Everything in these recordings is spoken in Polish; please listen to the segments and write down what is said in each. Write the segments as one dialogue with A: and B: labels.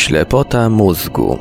A: Ślepota mózgu.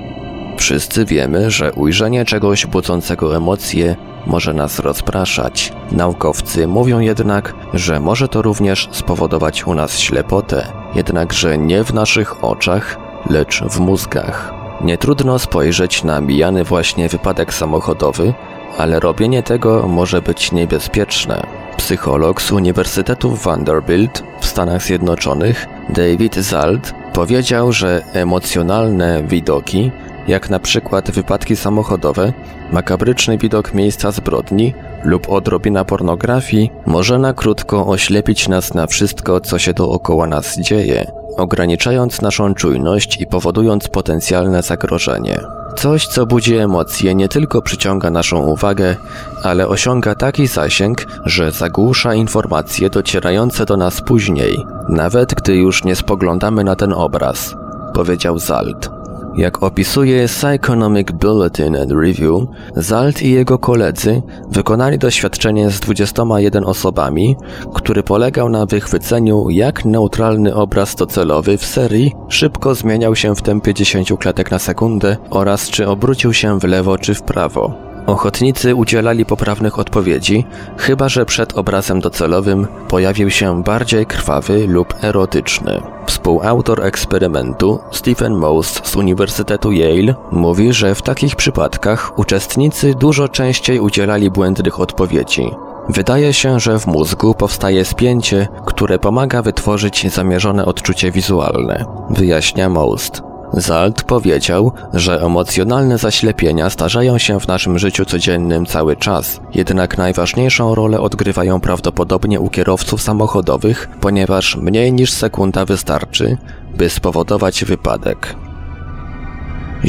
A: Wszyscy wiemy, że ujrzenie czegoś budzącego emocje może nas rozpraszać. Naukowcy mówią jednak, że może to również spowodować u nas ślepotę, jednakże nie w naszych oczach, lecz w mózgach. Nie trudno spojrzeć na mijany właśnie wypadek samochodowy, ale robienie tego może być niebezpieczne. Psycholog z Uniwersytetu Vanderbilt w Stanach Zjednoczonych, David Zalt, powiedział, że emocjonalne widoki, jak na przykład wypadki samochodowe, makabryczny widok miejsca zbrodni lub odrobina pornografii, może na krótko oślepić nas na wszystko, co się dookoła nas dzieje, ograniczając naszą czujność i powodując potencjalne zagrożenie. Coś, co budzi emocje, nie tylko przyciąga naszą uwagę, ale osiąga taki zasięg, że zagłusza informacje docierające do nas później, nawet gdy już nie spoglądamy na ten obraz, powiedział Zalt. Jak opisuje Psychonomic Bulletin and Review, Zalt i jego koledzy wykonali doświadczenie z 21 osobami, który polegał na wychwyceniu, jak neutralny obraz docelowy w serii szybko zmieniał się w tempie 10 klatek na sekundę oraz czy obrócił się w lewo czy w prawo. Ochotnicy udzielali poprawnych odpowiedzi, chyba że przed obrazem docelowym pojawił się bardziej krwawy lub erotyczny. Współautor eksperymentu, Stephen Most z Uniwersytetu Yale, mówi, że w takich przypadkach uczestnicy dużo częściej udzielali błędnych odpowiedzi. Wydaje się, że w mózgu powstaje spięcie, które pomaga wytworzyć zamierzone odczucie wizualne, wyjaśnia Most. Zalt powiedział, że emocjonalne zaślepienia zdarzają się w naszym życiu codziennym cały czas, jednak najważniejszą rolę odgrywają prawdopodobnie u kierowców samochodowych, ponieważ mniej niż sekunda wystarczy, by spowodować wypadek.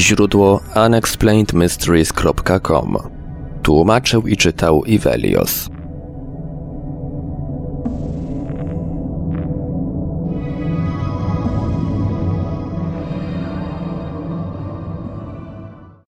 A: Źródło unexplainedmysteries.com. Tłumaczył i czytał Ivelios.